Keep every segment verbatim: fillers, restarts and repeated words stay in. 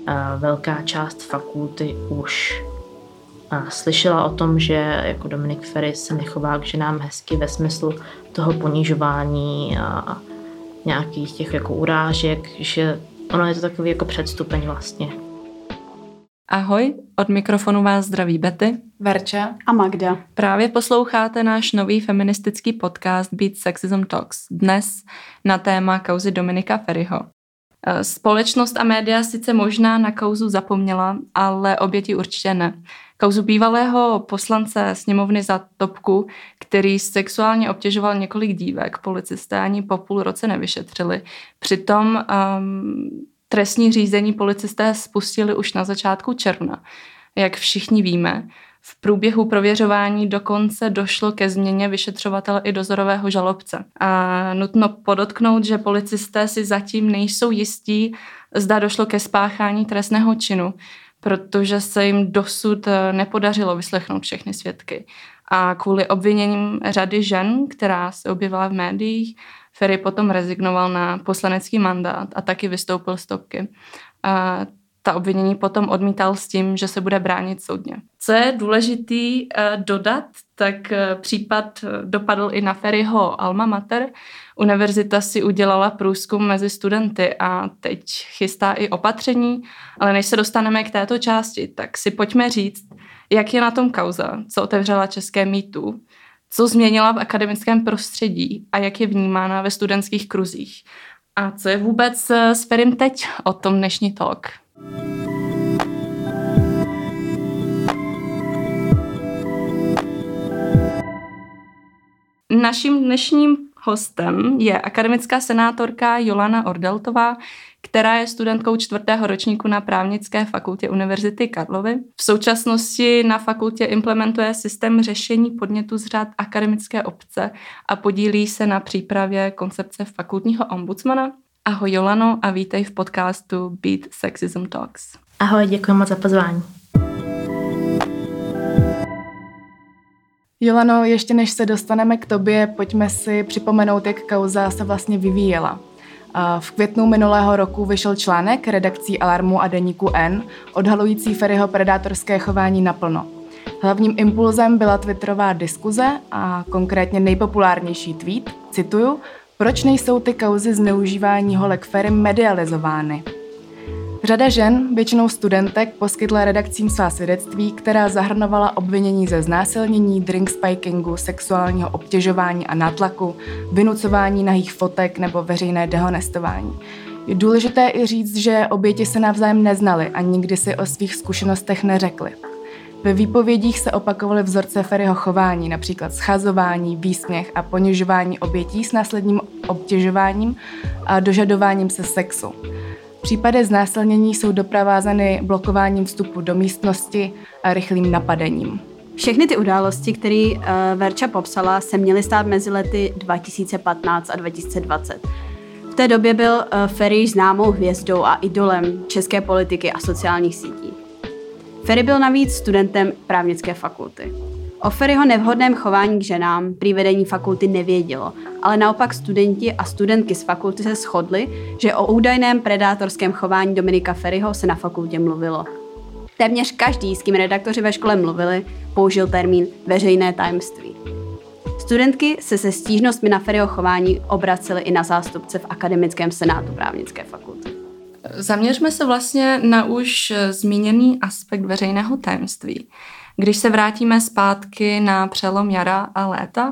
velká část fakulty už slyšela o tom, že jako Dominik Feri se nechová k ženám hezky ve smyslu toho ponižování a nějakých těch jako urážek, že ono je to takový jako předstupeň vlastně. Ahoj, od mikrofonu vás zdraví Betty, Verča a Magda. Právě posloucháte náš nový feministický podcast Beat Sexism Talks, dnes na téma kauzy Dominika Feriho. Společnost a média sice možná na kauzu zapomněla, ale oběti určitě ne. Kauzu bývalého poslance sněmovny za Topku, který sexuálně obtěžoval několik dívek, policisté ani po půl roce nevyšetřili. Přitom um, trestní řízení policisté spustili už na začátku června. Jak všichni víme, v průběhu prověřování dokonce došlo ke změně vyšetřovatele i dozorového žalobce. A nutno podotknout, že policisté si zatím nejsou jistí, zda došlo ke spáchání trestného činu, protože se jim dosud nepodařilo vyslechnout všechny svědky. A kvůli obviněním řady žen, která se objevila v médiích, Feri potom rezignoval na poslanecký mandát a taky vystoupil z Topky. A ta obvinění potom odmítal s tím, že se bude bránit soudně. Co je důležitý dodat, tak případ dopadl i na Feriho alma mater. Univerzita si udělala průzkum mezi studenty a teď chystá i opatření, ale než se dostaneme k této části, tak si pojďme říct, jak je na tom kauza, co otevřela české mýtu, co změnila v akademickém prostředí a jak je vnímána ve studentských kruzích. A co je vůbec s Ferim teď o tom dnešní talk? Naším dnešním hostem je akademická senátorka Jolana Ordeltová, která je studentkou čtvrtého ročníku na Právnické fakultě Univerzity Karlovy. V současnosti na fakultě implementuje systém řešení podnětů z řad akademické obce a podílí se na přípravě koncepce fakultního ombudsmana. Ahoj Jolano a vítej v podcastu Beat Sexism Talks. Ahoj, děkuji moc za pozvání. Jolano, ještě než se dostaneme k tobě, pojďme si připomenout, jak kauza se vlastně vyvíjela. V květnu minulého roku vyšel článek redakcí Alarmu a deníku N, odhalující Feriho predátorské chování naplno. Hlavním impulzem byla twitterová diskuze a konkrétně nejpopulárnější tweet, cituju, proč nejsou ty kauzy zneužívání holek Ferim medializovány? Řada žen, většinou studentek, poskytla redakcím svá svědectví, která zahrnovala obvinění ze znásilnění, drink spikingu, sexuálního obtěžování a nátlaku, vynucování nahých fotek nebo veřejné dehonestování. Je důležité i říct, že oběti se navzájem neznaly a nikdy si o svých zkušenostech neřekly. Ve výpovědích se opakovaly vzorce Feriho chování, například schazování, výsměch a ponižování obětí s následným obtěžováním a dožadováním se sexu. Případy znásilnění jsou doprovázeny blokováním vstupu do místnosti a rychlým napadením. Všechny ty události, které uh, Verča popsala, se měly stát mezi lety dva tisíce patnáct a dva tisíce dvacet. V té době byl uh, Feri známou hvězdou a idolem české politiky a sociálních sítí. Feri byl navíc studentem právnické fakulty. O Feriho nevhodném chování k ženám prý vedení fakulty nevědělo, ale naopak studenti a studentky z fakulty se shodli, že o údajném predátorském chování Dominika Feriho se na fakultě mluvilo. Téměř každý, s kým redaktoři ve škole mluvili, použil termín veřejné tajemství. Studentky se se stížnostmi na Feriho chování obracely i na zástupce v akademickém senátu právnické fakulty. Zaměřme se vlastně na už zmíněný aspekt veřejného tajemství. Když se vrátíme zpátky na přelom jara a léta,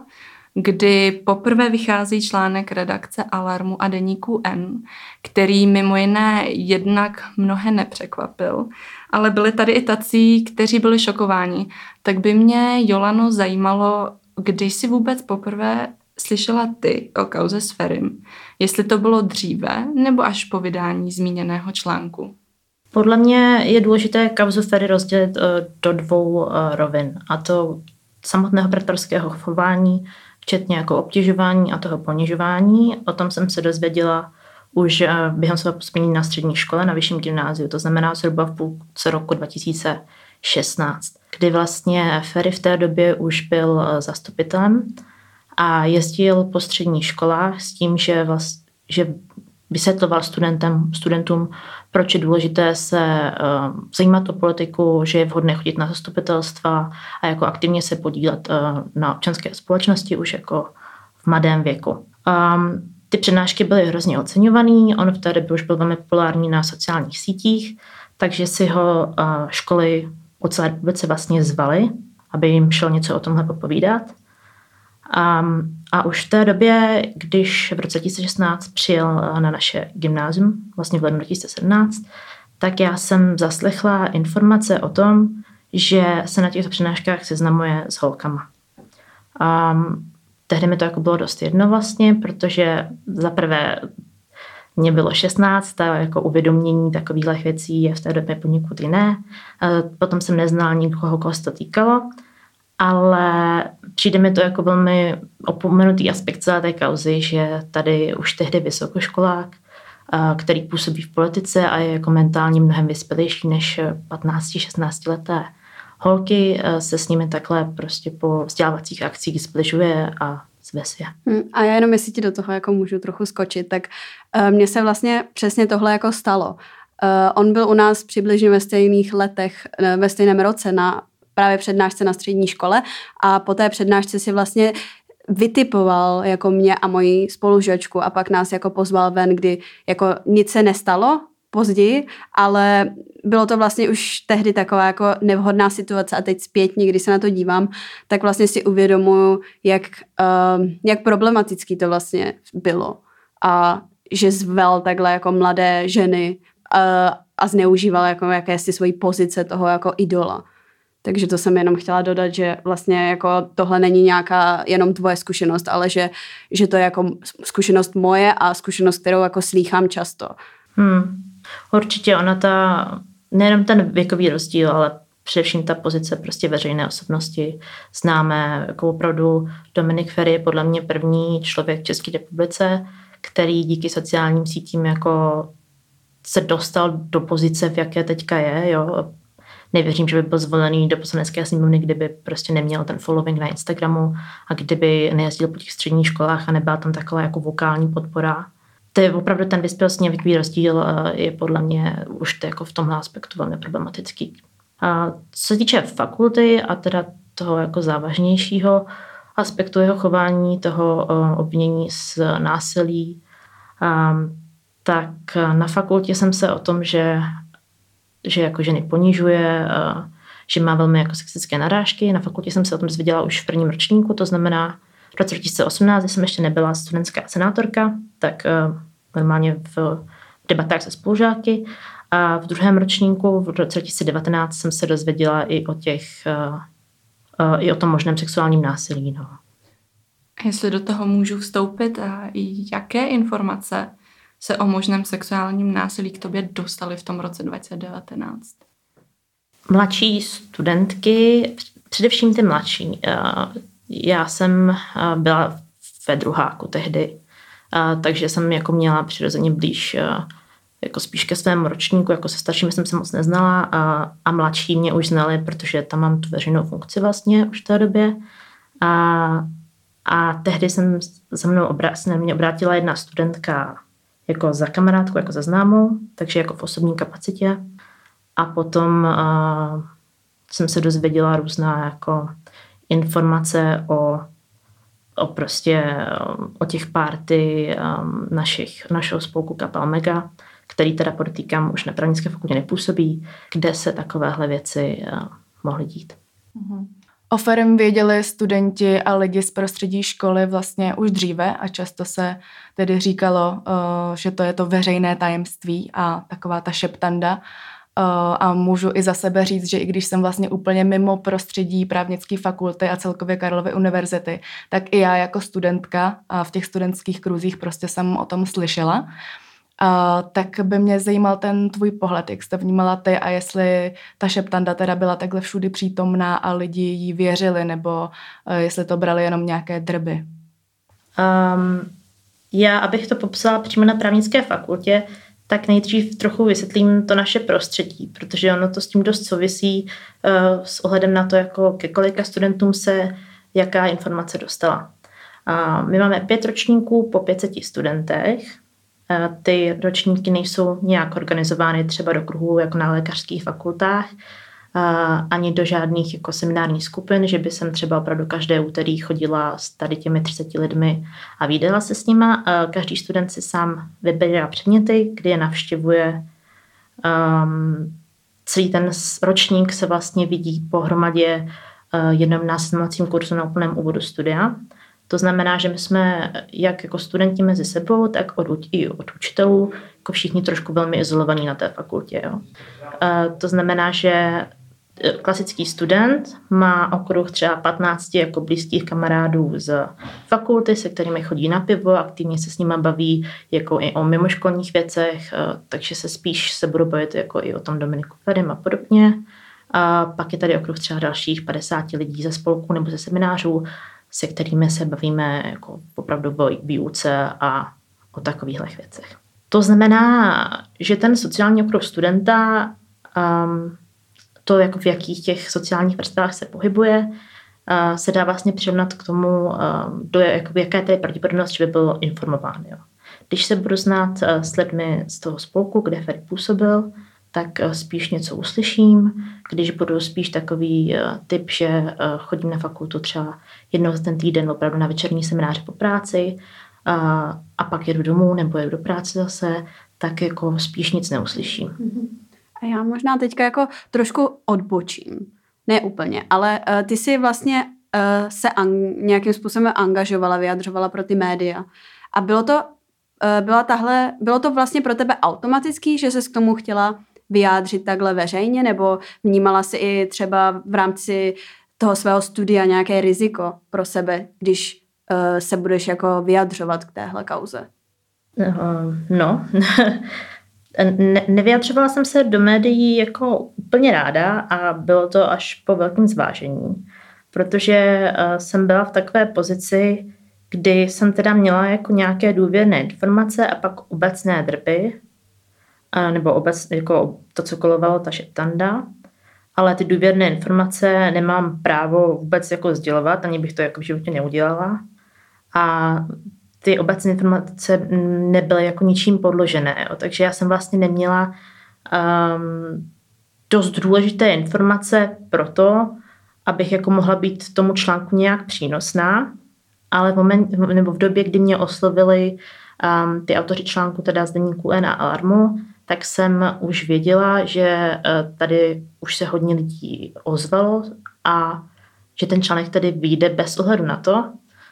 kdy poprvé vychází článek redakce Alarmu a deníku N, který mimo jiné jednak mnohé nepřekvapil, ale byli tady i tací, kteří byli šokováni, tak by mě, Jolano, zajímalo, když jsi vůbec poprvé slyšela ty o kauze s Ferim, jestli to bylo dříve nebo až po vydání zmíněného článku. Podle mě je důležité kauzu Feri rozdělit do dvou rovin, a to samotného predátorského chování, včetně jako obtěžování a toho ponižování. O tom jsem se dozvěděla už během svého působení na střední škole, na vyšším gymnáziu, to znamená zhruba v půlce roku dva tisíce šestnáct, kdy vlastně Feri v té době už byl zastupitelem a jezdil po středních školách s tím, že, vlast, že vysvětloval studentem, studentům, proč je důležité se uh, zajímat o politiku, že je vhodné chodit na zastupitelstva a jako aktivně se podílet uh, na občanské společnosti už jako v mladém věku. Um, ty přednášky byly hrozně oceňovaný, on v té době už byl velmi populární na sociálních sítích, takže si ho uh, školy po celé republice vlastně zvali, aby jim šel něco o tomhle popovídat. Um, a už v té době, když v roce dva tisíce šestnáct přijel na naše gymnázium, vlastně v lednu dva tisíce sedmnáct, tak já jsem zaslechla informace o tom, že se na těchto přednáškách seznamuje s holkama. Um, tehdy mi to jako bylo dost jedno vlastně, protože za prvé mně bylo šestnáct a jako uvědomění takových věcí je v té době poněkud jiné. Potom jsem neznala nikoho, koho se to týkalo, ale přijde mi to jako velmi opomenutý aspekt celé té kauzy, že tady už tehdy vysokoškolák, který působí v politice a je jako mentálně mnohem vyspělejší než patnáct šestnáct leté holky, se s nimi takhle prostě po vzdělávacích akcích zbližuje a zve si je. A já jenom, jestli ti do toho jako můžu trochu skočit, tak uh, mně se vlastně přesně tohle jako stalo. Uh, on byl u nás přibližně ve stejných letech, uh, ve stejném roce na právě přednášce na střední škole a po té přednášce si vlastně vytipoval jako mě a moji spolužačku a pak nás jako pozval ven, kdy jako nic se nestalo později, ale bylo to vlastně už tehdy taková jako nevhodná situace a teď zpětně, když se na to dívám, tak vlastně si uvědomuji, jak, uh, jak problematický to vlastně bylo a že zvel takhle jako mladé ženy uh, a zneužíval jako jakési svoji pozice toho jako idola. Takže to jsem jenom chtěla dodat, že vlastně jako tohle není nějaká jenom tvoje zkušenost, ale že, že to je jako zkušenost moje a zkušenost, kterou jako slýchám často. Hmm. Určitě ona ta, nejenom ten věkový rozdíl, ale především ta pozice prostě veřejné osobnosti. Známe jako opravdu Dominik Feri je podle mě první člověk v České republice, který díky sociálním sítím jako se dostal do pozice, v jaké teďka je, jo. Nevěřím, že by byl zvolený do poslanecké sněmovny, kdyby prostě neměl ten following na Instagramu a kdyby nejezdil po těch středních školách a nebyla tam taková jako vokální podpora. To je opravdu ten vyspělostní věkový rozdíl je podle mě už to jako v tomhle aspektu velmi problematický. A co se týče fakulty a teda toho jako závažnějšího aspektu jeho chování, toho obvinění z násilí, tak na fakultě jsem se o tom, že že jako ženy ponižuje, že má velmi jako sexistické narážky. Na fakultě jsem se o tom dozvěděla už v prvním ročníku, to znamená v roce dva tisíce osmnáct, kdy jsem ještě nebyla studentská senátorka, tak normálně v debatách se spolužáky. A v druhém ročníku, v roce dva tisíce devatenáct, jsem se dozvěděla i o těch, i o tom možném sexuálním násilí. No. Jestli do toho můžu vstoupit, a jaké informace se o možném sexuálním násilí k tobě dostali v tom roce dva tisíce devatenáct? Mladší studentky, především ty mladší. Já jsem byla ve druháku tehdy, takže jsem jako měla přirozeně blíž jako spíš ke svému ročníku, jako se staršími jsem se moc neznala a, a mladší mě už znali, protože tam mám tu veřejnou funkci vlastně už v té době. A, a tehdy jsem za mnou obrá, se na mě obrátila jedna studentka jako za kamarádku, jako za známou, takže jako v osobní kapacitě. A potom uh, jsem se dozvěděla různá jako informace o, o prostě o těch party um, našich, našeho spolku Kappa Omega, který teda podotýkám už na právnické fakultě nepůsobí, kde se takovéhle věci uh, mohly dít. Mhm. O Ferim věděli studenti a lidi z prostředí školy vlastně už dříve a často se tedy říkalo, že to je to veřejné tajemství a taková ta šeptanda. A můžu i za sebe říct, že i když jsem vlastně úplně mimo prostředí právnické fakulty a celkově Karlovy univerzity, tak i já jako studentka a v těch studentských kruzích prostě jsem o tom slyšela. Uh, tak by mě zajímal ten tvůj pohled, jak jste vnímala ty a jestli ta šeptanda teda byla takhle všudy přítomná a lidi jí věřili, nebo uh, jestli to brali jenom nějaké drby. Um, já, abych to popsala přímo na právnické fakultě, tak nejdřív trochu vysvětlím to naše prostředí, protože ono to s tím dost souvisí uh, s ohledem na to, jako ke kolika studentům se jaká informace dostala. Uh, my máme pět ročníků po pět set studentech, Ty ročníky nejsou nějak organizovány třeba do kruhů jako na lékařských fakultách, ani do žádných jako seminárních skupin, že by jsem třeba opravdu každé úterý chodila s tady těmi třiceti lidmi a vídala se s nima. Každý student si sám vybírá předměty, kdy je navštěvuje. Um, celý ten ročník se vlastně vidí pohromadě uh, jednom následovacím kurzu na úplném úvodu studia. To znamená, že my jsme jak jako studenti mezi sebou, tak od, i od učitelů jako všichni trošku velmi izolovaní na té fakultě. Jo. Uh, to znamená, že klasický student má okruh třeba patnácti jako blízkých kamarádů z fakulty, se kterými chodí na pivo, aktivně se s nimi baví jako i o mimoškolních věcech, takže se spíš se budou bavit jako i o tom Dominiku Ferrym a podobně. A pak je tady okruh třeba dalších padesáti lidí ze spolku nebo ze seminářů, se kterými se bavíme jako opravdu o výuce a o takovýchhle věcech. To znamená, že ten sociální okruh studenta um, to, jako v jakých těch sociálních vrstvách se pohybuje, se dá vlastně přirovnat k tomu, do jakoby, jaká je tady pravděpodobnost, že by byl informován. Jo. Když se budu znát s lidmi z toho spolku, kde Ferry působil, tak spíš něco uslyším. Když budu spíš takový typ, že chodím na fakultu třeba jednou za ten týden opravdu na večerní semináře po práci a, a pak jedu domů nebo jedu do práce zase, tak jako spíš nic neuslyším. Mm-hmm. A já možná teďka jako trošku odbočím. Ne úplně, ale uh, ty jsi vlastně uh, se ang- nějakým způsobem angažovala, vyjadřovala pro ty média. A bylo to, uh, byla tahle, bylo to vlastně pro tebe automatický, že ses k tomu chtěla vyjádřit takhle veřejně, nebo vnímala jsi i třeba v rámci toho svého studia nějaké riziko pro sebe, když uh, se budeš jako vyjadřovat k téhle kauze? Uh, no... Ne, nevyjadřovala jsem se do médií jako úplně ráda a bylo to až po velkém zvážení, protože uh, jsem byla v takové pozici, kdy jsem teda měla jako nějaké důvěrné informace a pak obecné drby, uh, nebo obec, jako to, co kolovalo ta šeptanda, ale ty důvěrné informace nemám právo vůbec jako sdělovat, ani bych to jako v životě neudělala. A ty obecné informace nebyly jako ničím podložené. Jo. Takže já jsem vlastně neměla um, dost důležité informace pro to, abych jako mohla být tomu článku nějak přínosná, ale v, moment, nebo v době, kdy mě oslovili um, ty autoři článku teda z deníku N a Alarmu, tak jsem už věděla, že uh, tady už se hodně lidí ozvalo a že ten článek tady vyjde bez ohledu na to.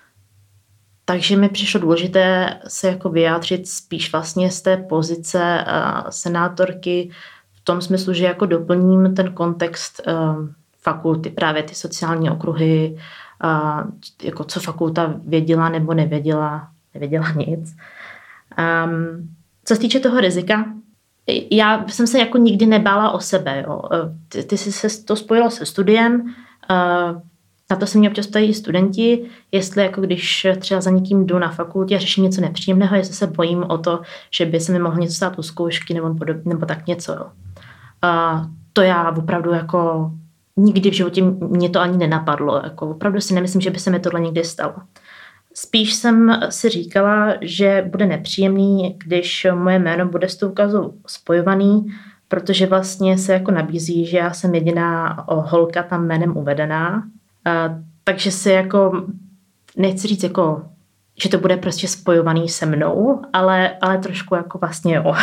Takže mi přišlo důležité se jako vyjádřit spíš vlastně z té pozice uh, senátorky v tom smyslu, že jako doplním ten kontext uh, fakulty, právě ty sociální okruhy, uh, jako co fakulta věděla nebo nevěděla, nevěděla nic. Um, co se týče toho rizika, já jsem se jako nikdy nebála o sebe. Jo. Ty, ty jsi se to spojila se studiem, uh, na to se mě občas ptají studenti, jestli jako když třeba za někým jdu na fakultě a řeším něco nepříjemného, jestli se bojím o to, že by se mi mohlo něco stát u zkoušky nebo, podob, nebo tak něco. Jo. A to já opravdu jako nikdy v životě mě to ani nenapadlo. Jako opravdu si nemyslím, že by se mi tohle někdy stalo. Spíš jsem si říkala, že bude nepříjemný, když moje jméno bude s tou kauzou spojovaný, protože vlastně se jako nabízí, že já jsem jediná holka tam jménem uvedená. Uh, takže si jako, nechci říct jako, že to bude prostě spojovaný se mnou, ale, ale trošku jako vlastně jo.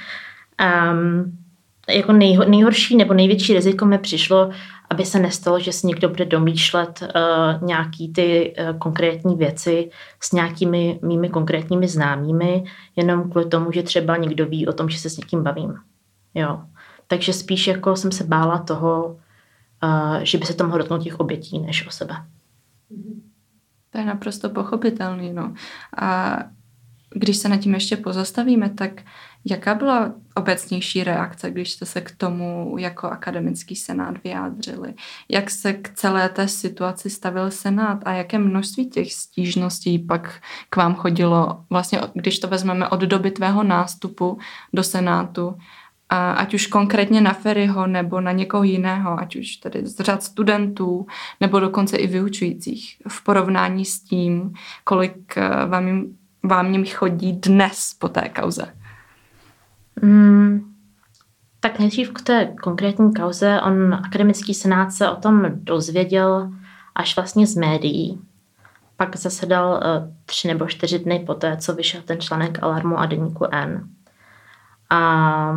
um, jako nejho, nejhorší nebo největší riziko mi přišlo, aby se nestalo, že si někdo bude domýšlet uh, nějaký ty uh, konkrétní věci s nějakými mými konkrétními známými, jenom kvůli tomu, že třeba někdo ví o tom, že se s někým bavím. Jo. Takže spíš jako jsem se bála toho, Uh, že by se to mohlo dotknout těch obětí než o sebe. To je naprosto pochopitelný. No. A když se nad tím ještě pozastavíme, tak jaká byla obecnější reakce, když jste se k tomu jako akademický senát vyjádřili? Jak se k celé té situaci stavil senát a jaké množství těch stížností pak k vám chodilo, vlastně když to vezmeme od doby tvého nástupu do senátu, a ať už konkrétně na Ferryho nebo na někoho jiného, ať už tedy z řad studentů nebo dokonce i vyučujících v porovnání s tím, kolik vám jim vám chodí dnes po té kauze? Hmm, tak nejdřív k té konkrétní kauze. On, akademický senát, se o tom dozvěděl až vlastně z médií. Pak zasedal uh, tři nebo čtyři dny poté, co vyšel ten článek Alarmu a deníku N. A,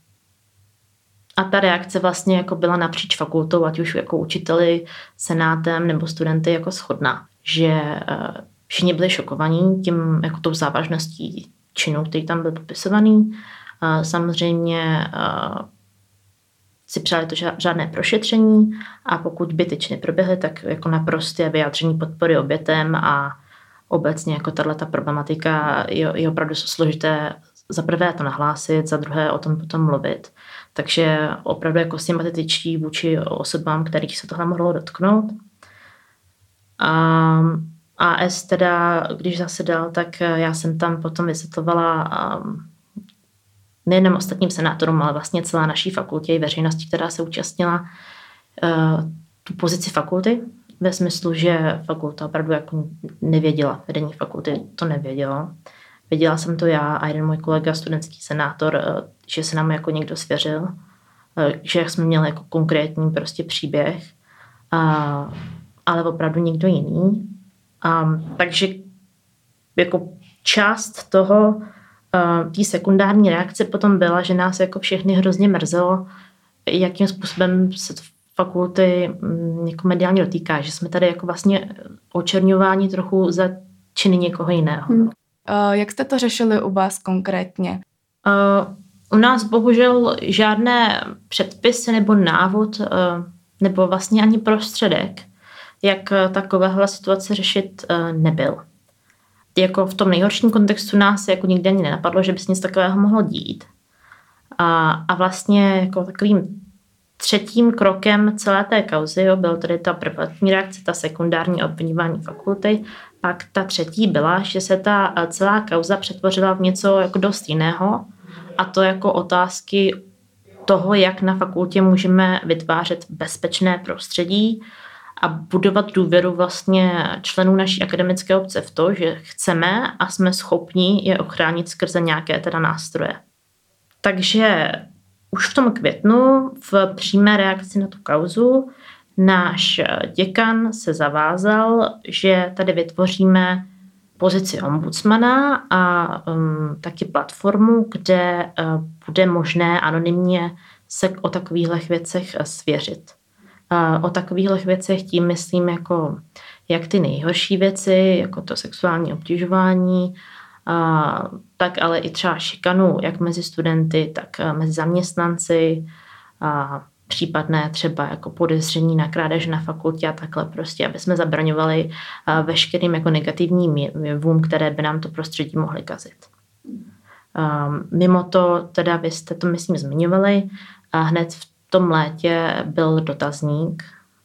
a ta reakce vlastně jako byla napříč fakultou, ať už jako učiteli, senátem nebo studenty, jako shodná, že uh, všichni byli šokovaní tím, jako tou závažností činu, který tam byl popisovaný. Uh, samozřejmě uh, si přáli to žádné prošetření a pokud by ty činy proběhly, tak jako naprosté vyjádření podpory obětem a obecně jako tato problematika je, je opravdu složité za prvé to nahlásit, za druhé o tom potom mluvit. Takže opravdu jako sympatičtí vůči osobám, kterých se tohle mohlo dotknout. A A S teda, když zasedal, tak já jsem tam potom vysvětlovala um, nejenom ostatním senátorům, ale vlastně celé naší fakultě i veřejnosti, která se účastnila, uh, tu pozici fakulty, ve smyslu, že fakulta opravdu jako nevěděla, vedení fakulty to nevědělo. Věděla jsem to já a jeden můj kolega, studentský senátor, uh, že se nám jako někdo svěřil, uh, že jsme měli jako konkrétní prostě příběh, uh, ale opravdu nikdo jiný. Um, takže jako část toho, uh, té sekundární reakce potom byla, že nás jako všechny hrozně mrzelo, jakým způsobem se fakulty um, jako mediálně dotýká, že jsme tady jako vlastně očerňováni trochu za činy někoho jiného. Hmm. Uh, jak jste to řešili u vás konkrétně? Uh, u nás bohužel žádné předpisy nebo návod, uh, nebo vlastně ani prostředek, jak takovéhle situace řešit, nebyl. Jako v tom nejhorším kontextu nás jako nikdy ani nenapadlo, že by se nic takového mohlo dít. A, a vlastně jako takovým třetím krokem celé té kauzy jo, byl tedy ta prvotní reakce, ta sekundární obviňování fakulty. Pak ta třetí byla, že se ta celá kauza přetvořila v něco jako dost jiného, a to jako otázky toho, jak na fakultě můžeme vytvářet bezpečné prostředí a budovat důvěru vlastně členů naší akademické obce v to, že chceme a jsme schopni je ochránit skrze nějaké teda nástroje. Takže už v tom květnu v přímé reakci na tu kauzu náš děkan se zavázal, že tady vytvoříme pozici ombudsmana a um, taky platformu, kde uh, bude možné anonymně se o takových věcech svěřit. O takových věcech tím myslím jako jak ty nejhorší věci, jako to sexuální obtěžování, a, tak ale i třeba šikanu, jak mezi studenty, tak mezi zaměstnanci, a případné třeba jako podezření na krádež na fakultě a takhle prostě, aby jsme zabraňovali veškerým jako negativním jevům, které by nám to prostředí mohly kazit. A mimo to, teda vy jste to myslím zmiňovali, a hned v V tom létě byl dotazník,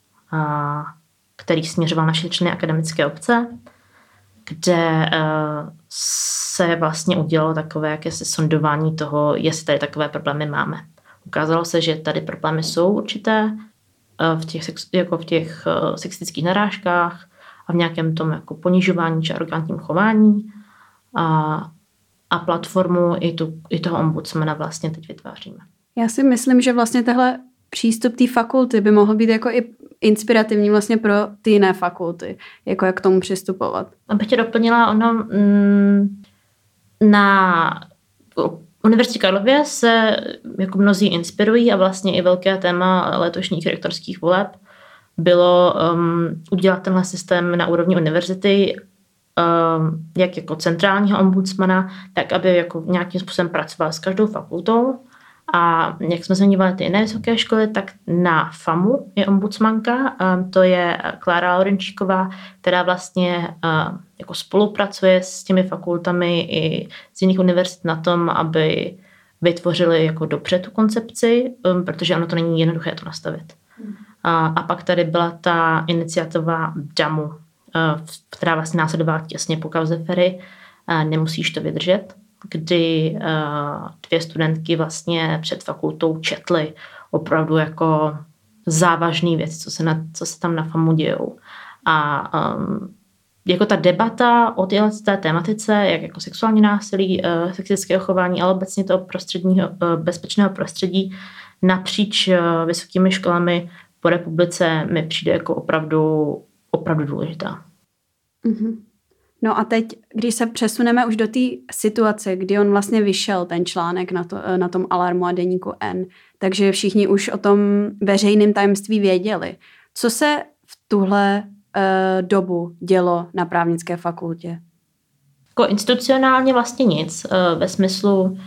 který směřoval naše členy akademické obce, kde se vlastně udělalo takové jakési sondování toho, jestli tady takové problémy máme. Ukázalo se, že tady problémy jsou určité v těch, jako v těch sexistických narážkách a v nějakém tom jako ponižování či arrogantním chování a, a platformu i, tu, i toho ombudsmana vlastně teď vytváříme. Já si myslím, že vlastně tehle přístup té fakulty by mohl být jako i inspirativní vlastně pro ty jiné fakulty, jako jak k tomu přistupovat. Abych tě doplnila, ono mm, na Univerzitě Karlově se jako mnozí inspirují a vlastně i velké téma letošních rektorských voleb bylo um, udělat tenhle systém na úrovni univerzity, um, jak jako centrálního ombudsmana, tak aby jako nějakým způsobem pracoval s každou fakultou. A jak jsme zmiňovali ty jiné vysoké školy, tak na FAMu je ombudsmanka, to je Klára Laurenčíková, která vlastně jako spolupracuje s těmi fakultami i z jiných univerzit na tom, aby vytvořili jako dobře tu koncepci, protože ono to není jednoduché to nastavit. A, a pak tady byla ta iniciativa D A M U, která vlastně následovala těsně po kauze Feri, Nemusíš to vydržet, kdy uh, dvě studentky vlastně před fakultou četly opravdu jako závažný věci, co se, na, co se tam na FAMu dějou. A um, jako ta debata o téhle té tematice, jak jako sexuální násilí, sexistického chování, ale obecně toho prostředního, bezpečného prostředí napříč vysokými školami po republice mi přijde jako opravdu, opravdu důležitá. Mm-hmm. No a teď, když se přesuneme už do té situace, kdy on vlastně vyšel, ten článek na, to, na tom Alarmu a deníku N, takže všichni už o tom veřejném tajemství věděli. Co se v tuhle uh, dobu dělo na právnické fakultě? Jako institucionálně vlastně nic. Uh, ve smyslu um,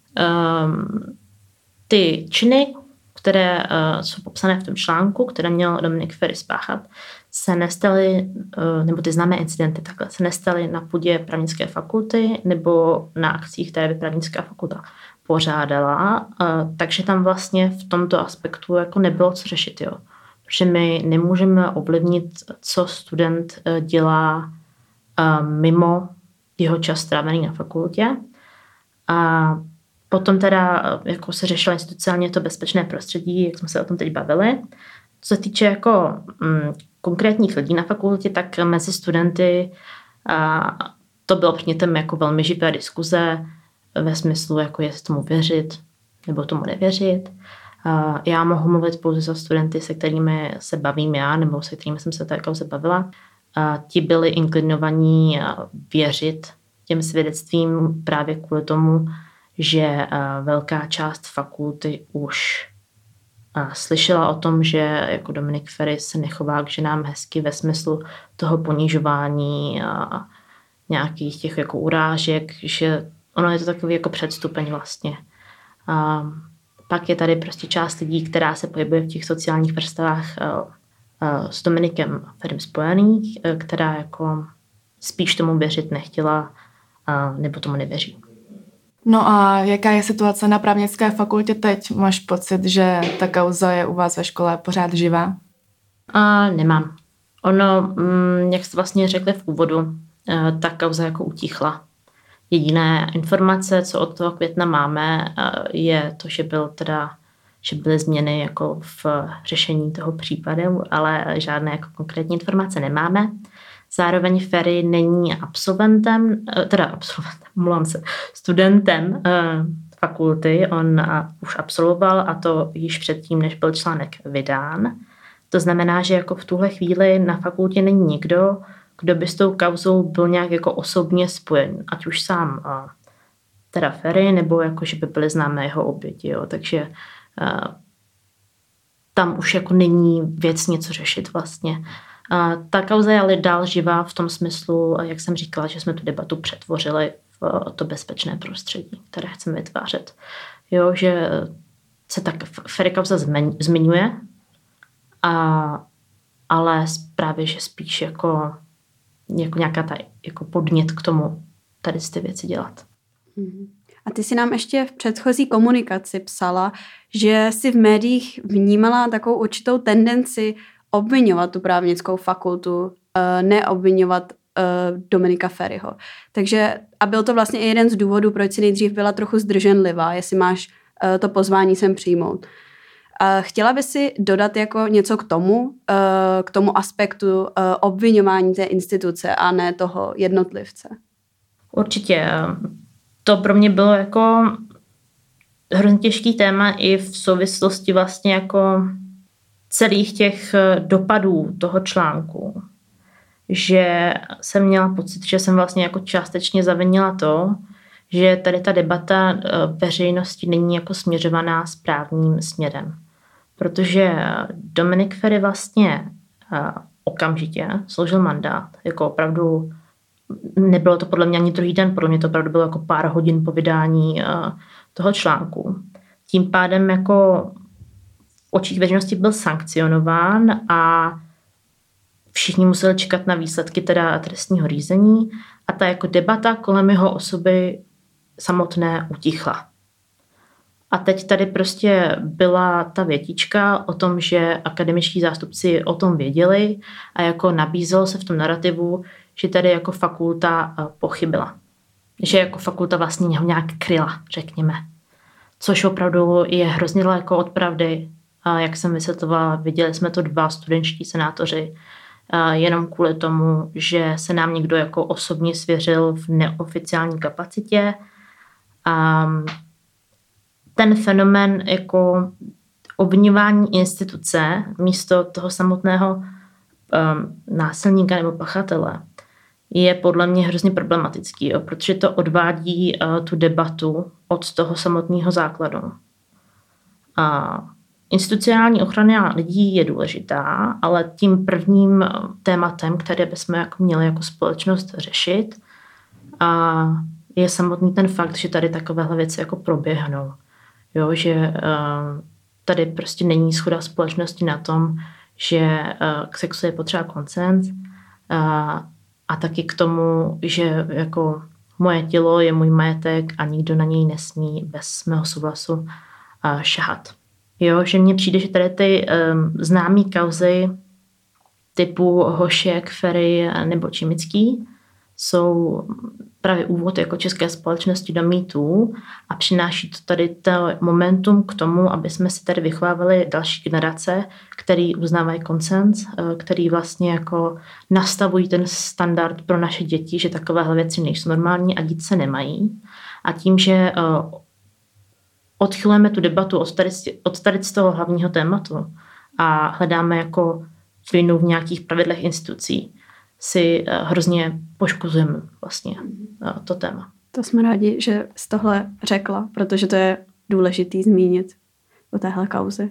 ty činy, které uh, jsou popsané v tom článku, které měl Dominik Feri spáchat, se nestaly, uh, nebo ty známé incidenty takhle, se nestaly na půdě právnické fakulty nebo na akcích, které by právnická fakulta pořádala, uh, takže tam vlastně v tomto aspektu jako nebylo co řešit, jo. Protože my nemůžeme ovlivnit, co student uh, dělá uh, mimo jeho čas strávený na fakultě. A potom teda jako se řešilo institucionálně to bezpečné prostředí, jak jsme se o tom teď bavili. Co se týče jako mm, konkrétních lidí na fakultě, tak mezi studenty a to bylo předmětem jako velmi živé diskuze ve smyslu, jako jestli tomu věřit nebo tomu nevěřit. A já mohu mluvit pouze za studenty, se kterými se bavím já, nebo se kterými jsem se tak se bavila. A ti byli inklinovaní věřit těm svědectvím právě kvůli tomu, že velká část fakulty už slyšela o tom, že jako Dominik Feri se nechová k ženám hezky ve smyslu toho ponižování a nějakých těch jako urážek, že ono je to takový jako předstupeň vlastně. A pak je tady prostě část lidí, která se pohybuje v těch sociálních vrstvách s Dominikem Ferim spojených, která jako spíš tomu věřit nechtěla nebo tomu nevěří. No a jaká je situace na právnické fakultě teď? Máš pocit, že ta kauza je u vás ve škole pořád živá? A nemám. Ono, jak jste vlastně řekli v úvodu, ta kauza jako utichla. Jediné informace, co od toho května máme, je to, že byl teda, že byly změny jako v řešení toho případu, ale žádné jako konkrétní informace nemáme. Zároveň Feri není absolventem, teda absolventem, mluvám se, studentem uh, fakulty, on uh, už absolvoval a to již předtím, než byl článek vydán. To znamená, že jako v tuhle chvíli na fakultě není nikdo, kdo by s tou kauzou byl nějak jako osobně spojen, ať už sám uh, teda Feri, nebo jako, že by byly známé jeho oběti, jo. Takže uh, tam už jako není věc něco řešit vlastně. A ta kauza je ale dál živá v tom smyslu, jak jsem říkala, že jsme tu debatu přetvořili v to bezpečné prostředí, které chceme vytvářet. Jo, že se tak Feri kauza zmiňuje, a, ale právě, že spíš jako, jako nějaká ta jako podnět k tomu tady ty věci dělat. A ty si nám ještě v předchozí komunikaci psala, že si v médiích vnímala takovou určitou tendenci obviňovat tu právnickou fakultu, neobviňovat Dominika Feriho. Takže a byl to vlastně i jeden z důvodů, proč si nejdřív byla trochu zdrženlivá, jestli máš to pozvání sem přijmout. Chtěla by si dodat jako něco k tomu, k tomu aspektu obviňování té instituce a ne toho jednotlivce? Určitě. To pro mě bylo jako hrozně těžký téma i v souvislosti vlastně jako celých těch dopadů toho článku, že jsem měla pocit, že jsem vlastně jako částečně zavinila to, že tady ta debata veřejnosti není jako směřovaná správným směrem. Protože Dominik Feri vlastně okamžitě složil mandát, jako opravdu nebylo to podle mě ani druhý den, podle mě to opravdu bylo jako pár hodin po vydání toho článku. Tím pádem jako v očích veřejnosti byl sankcionován a všichni museli čekat na výsledky teda trestního řízení a ta jako debata kolem jeho osoby samotné utichla. A teď tady prostě byla ta větička o tom, že akademičtí zástupci o tom věděli a jako nabízelo se v tom narrativu, že tady jako fakulta pochybila. Že jako fakulta vlastně něho nějak kryla, řekněme. Což opravdu je hrozně daleko od pravdy. A jak jsem vysvětlovala, viděli jsme to dva studentští senátoři, jenom kvůli tomu, že se nám někdo jako osobně svěřil v neoficiální kapacitě. A ten fenomén jako obviňování instituce místo toho samotného um, násilníka nebo pachatele je podle mě hrozně problematický, jo, protože to odvádí uh, tu debatu od toho samotného základu. A institucionální ochrana lidí je důležitá, ale tím prvním tématem, které bychom jako měli jako společnost řešit, a je samotný ten fakt, že tady takovéhle věci jako proběhnou. Jo, že uh, tady prostě není shoda společnosti na tom, že uh, k sexu je potřeba koncens uh, a taky k tomu, že jako moje tělo je můj majetek a nikdo na něj nesmí bez mého souhlasu uh, šahat. Jo, že mně přijde, že tady ty um, známý kauzy typu Hošek, Feri nebo Čimický jsou právě úvod jako české společnosti do mýtů a přináší to tady to momentum k tomu, aby jsme si tady vychovávali další generace, který uznávají konsens, který vlastně jako nastavují ten standard pro naše děti, že takovéhle věci nejsou normální a dít se nemají. A tím, že odchylujeme tu debatu od tady, od tady z toho hlavního tématu a hledáme jako vinu v nějakých pravidlech institucí, si hrozně poškozujeme vlastně to téma. To jsme rádi, že jsi tohle řekla, protože to je důležitý zmínit o téhle kauze.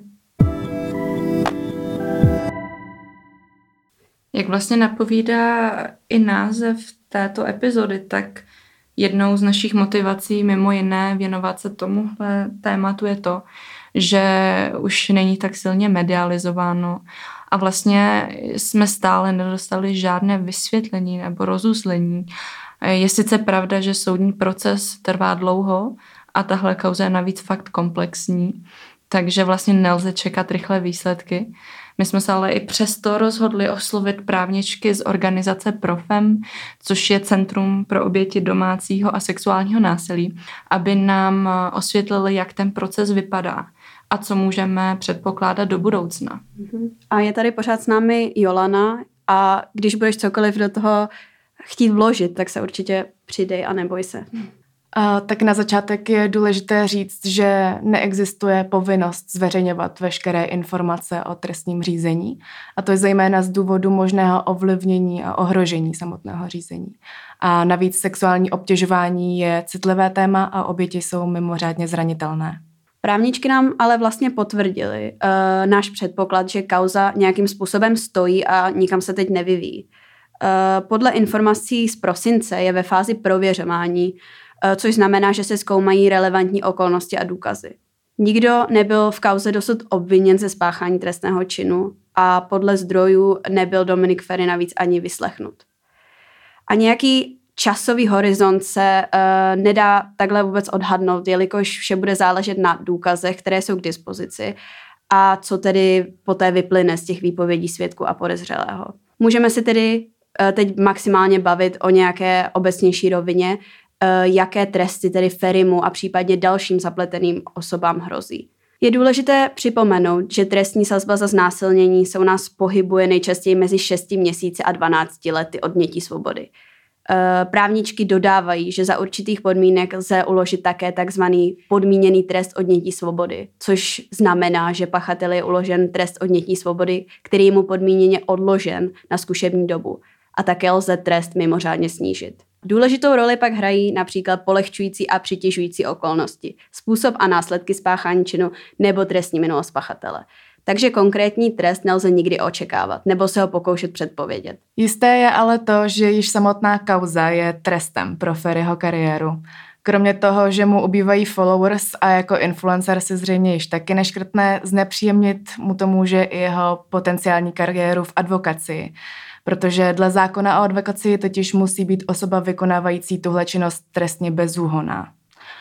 Jak vlastně napovídá i název této epizody, tak jednou z našich motivací mimo jiné věnovat se tomuhle tématu je to, že už není tak silně medializováno a vlastně jsme stále nedostali žádné vysvětlení nebo rozuzlení. Je sice pravda, že soudní proces trvá dlouho a tahle kauza je navíc fakt komplexní, takže vlastně nelze čekat rychlé výsledky. My jsme se ale i přesto rozhodli oslovit právničky z organizace Profem, což je Centrum pro oběti domácího a sexuálního násilí, aby nám osvětlili, jak ten proces vypadá a co můžeme předpokládat do budoucna. A je tady pořád s námi Jolana a když budeš cokoliv do toho chtít vložit, tak se určitě přidej a neboj se. A tak na začátek je důležité říct, že neexistuje povinnost zveřejňovat veškeré informace o trestním řízení, a to je zejména z důvodu možného ovlivnění a ohrožení samotného řízení. A navíc sexuální obtěžování je citlivé téma a oběti jsou mimořádně zranitelné. Právničky nám ale vlastně potvrdili uh, náš předpoklad, že kauza nějakým způsobem stojí a nikam se teď nevyvíjí. Uh, podle informací z prosince je ve fázi prověřování, což znamená, že se zkoumají relevantní okolnosti a důkazy. Nikdo nebyl v kauze dosud obviněn ze spáchání trestného činu a podle zdrojů nebyl Dominik Feri navíc ani vyslechnut. A nějaký časový horizont se uh, nedá takhle vůbec odhadnout, jelikož vše bude záležet na důkazech, které jsou k dispozici a co tedy poté vyplyne z těch výpovědí svědků a podezřelého. Můžeme si tedy uh, teď maximálně bavit o nějaké obecnější rovině, jaké tresty tedy Ferimu a případně dalším zapleteným osobám hrozí. Je důležité připomenout, že trestní sazba za znásilnění se u nás pohybuje nejčastěji mezi šesti měsíci a dvanácti lety odnětí svobody. Právničky dodávají, že za určitých podmínek lze uložit také takzvaný podmíněný trest odnětí svobody, což znamená, že pachateli je uložen trest odnětí svobody, který je mu podmíněně odložen na zkušební dobu, a také lze trest mimořádně snížit. Důležitou roli pak hrají například polehčující a přitěžující okolnosti, způsob a následky spáchání činu nebo trestní minulost pachatele. Takže konkrétní trest nelze nikdy očekávat nebo se ho pokoušet předpovědět. Jisté je ale to, že již samotná kauza je trestem pro Feriho kariéru. Kromě toho, že mu ubývají followers a jako influencer si zřejmě již taky neškrtne, znepříjemnit mu to může i jeho potenciální kariéru v advokacii. Protože dle zákona o advokacii totiž musí být osoba vykonávající tuhle činnost trestně bezúhonná.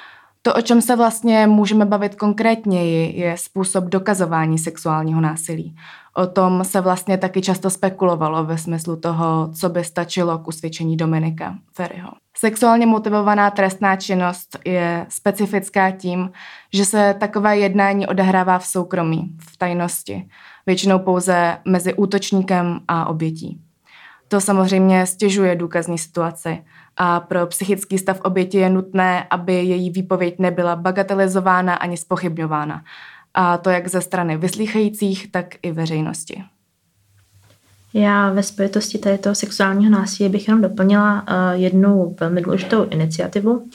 To, o čem se vlastně můžeme bavit konkrétněji, je způsob dokazování sexuálního násilí. O tom se vlastně taky často spekulovalo ve smyslu toho, co by stačilo k usvědčení Dominika Feriho. Sexuálně motivovaná trestná činnost je specifická tím, že se takové jednání odehrává v soukromí, v tajnosti, většinou pouze mezi útočníkem a obětí. To samozřejmě stěžuje důkazní situaci a pro psychický stav oběti je nutné, aby její výpověď nebyla bagatelizována ani zpochybňována. A to jak ze strany vyslýchajících, tak i veřejnosti. Já ve spojitosti této sexuálního násilí bych jenom doplnila uh, jednu velmi důležitou iniciativu, um,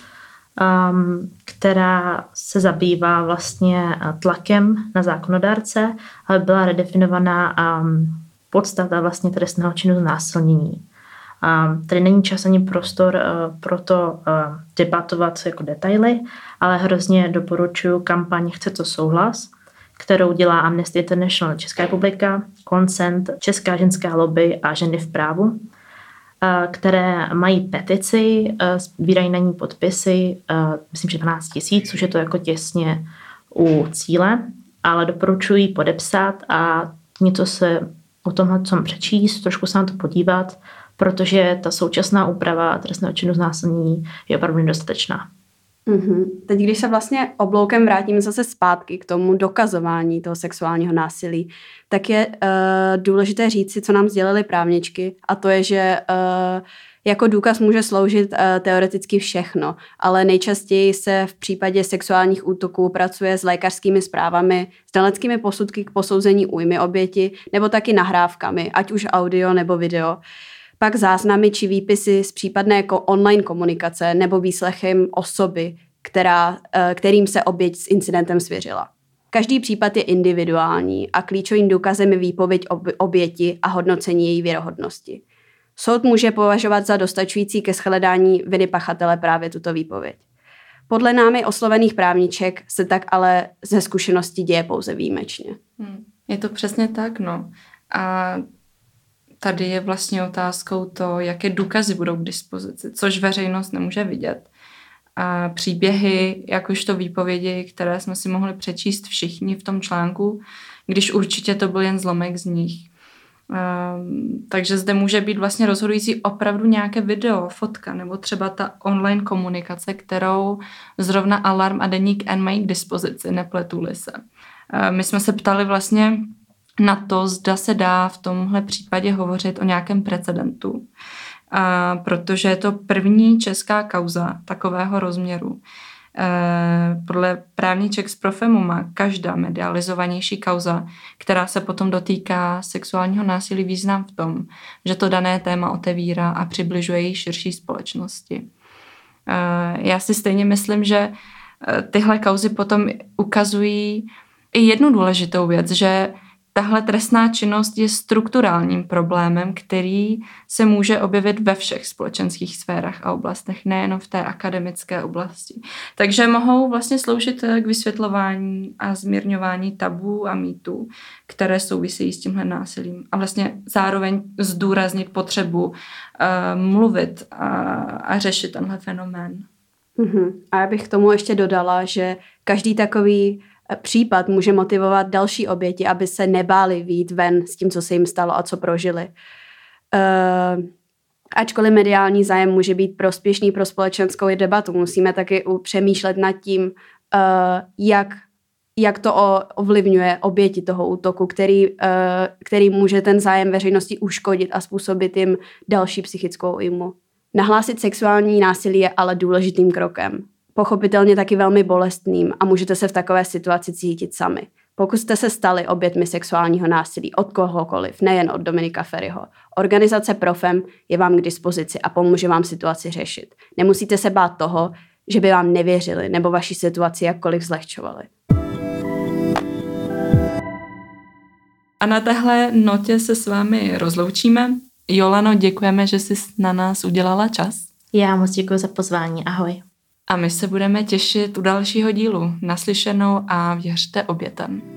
která se zabývá vlastně tlakem na zákonodárce, aby byla redefinovaná um, podstata vlastně trestného činu znásilnění. Um, tady není čas ani prostor uh, pro to uh, debatovat jako detaily, ale hrozně doporučuji kampaň Chce to souhlas, kterou dělá Amnesty International Česká republika, Consent, Česká ženská lobby a Ženy v právu, uh, které mají petici, uh, sbírají na ní podpisy, uh, myslím, že dvanáct tisíc, což je to jako těsně u cíle, ale doporučuji podepsat a něco se o tomhle co přečíst, trošku se na to podívat, protože ta současná úprava trestného činu znásilnění je opravdu nedostatečná. Mm-hmm. Teď, když se vlastně obloukem vrátíme zase zpátky k tomu dokazování toho sexuálního násilí, tak je uh, důležité říci, co nám sdělily právničky, a to je, že uh, jako důkaz může sloužit uh, teoreticky všechno, ale nejčastěji se v případě sexuálních útoků pracuje s lékařskými zprávami, s znaleckými posudky k posouzení újmy oběti, nebo taky nahrávkami, ať už audio nebo video. Pak záznamy či výpisy z případné jako online komunikace nebo výslechem osoby, která, kterým se oběť s incidentem svěřila. Každý případ je individuální a klíčovým důkazem je výpověď oběti a hodnocení její věrohodnosti. Soud může považovat za dostačující ke shledání viny pachatele právě tuto výpověď. Podle námi oslovených právniček se tak ale ze zkušenosti děje pouze výjimečně. Hmm. Je to přesně tak, no. A tady je vlastně otázkou to, jaké důkazy budou k dispozici, což veřejnost nemůže vidět. A příběhy, jakožto výpovědi, které jsme si mohli přečíst všichni v tom článku, když určitě to byl jen zlomek z nich. Um, takže zde může být vlastně rozhodující opravdu nějaké video, fotka nebo třeba ta online komunikace, kterou zrovna Alarm a Deník N mají k dispozici, nepletu-li se. Uh, my jsme se ptali vlastně na to, zda se dá v tomhle případě hovořit o nějakém precedentu, a protože je to první česká kauza takového rozměru. E, podle právníček z Profemu má každá medializovanější kauza, která se potom dotýká sexuálního násilí, význam v tom, že to dané téma otevírá a přibližuje ji širší společnosti. E, já si stejně myslím, že tyhle kauzy potom ukazují i jednu důležitou věc, že tahle trestná činnost je strukturálním problémem, který se může objevit ve všech společenských sférách a oblastech, nejen v té akademické oblasti. Takže mohou vlastně sloužit k vysvětlování a zmírňování tabů a mýtů, které souvisejí s tímhle násilím. A vlastně zároveň zdůraznit potřebu uh, mluvit a, a řešit tenhle fenomén. Mm-hmm. A já bych k tomu ještě dodala, že každý takový případ může motivovat další oběti, aby se nebáli vyjít ven s tím, co se jim stalo a co prožili. Uh, ačkoliv mediální zájem může být prospěšný pro společenskou debatu, musíme taky přemýšlet nad tím, uh, jak, jak to ovlivňuje oběti toho útoku, který, uh, který může ten zájem veřejnosti uškodit a způsobit jim další psychickou újmu. Nahlásit sexuální násilí je ale důležitým krokem. Pochopitelně taky velmi bolestným a můžete se v takové situaci cítit sami. Pokud jste se stali obětmi sexuálního násilí od kohokoliv, nejen od Dominika Feriho, organizace Profem je vám k dispozici a pomůže vám situaci řešit. Nemusíte se bát toho, že by vám nevěřili nebo vaši situaci jakkoliv zlehčovali. A na téhle notě se s vámi rozloučíme. Jolano, děkujeme, že jsi na nás udělala čas. Já moc děkuji za pozvání. Ahoj. A my se budeme těšit u dalšího dílu. Naslyšenou a věřte obětem.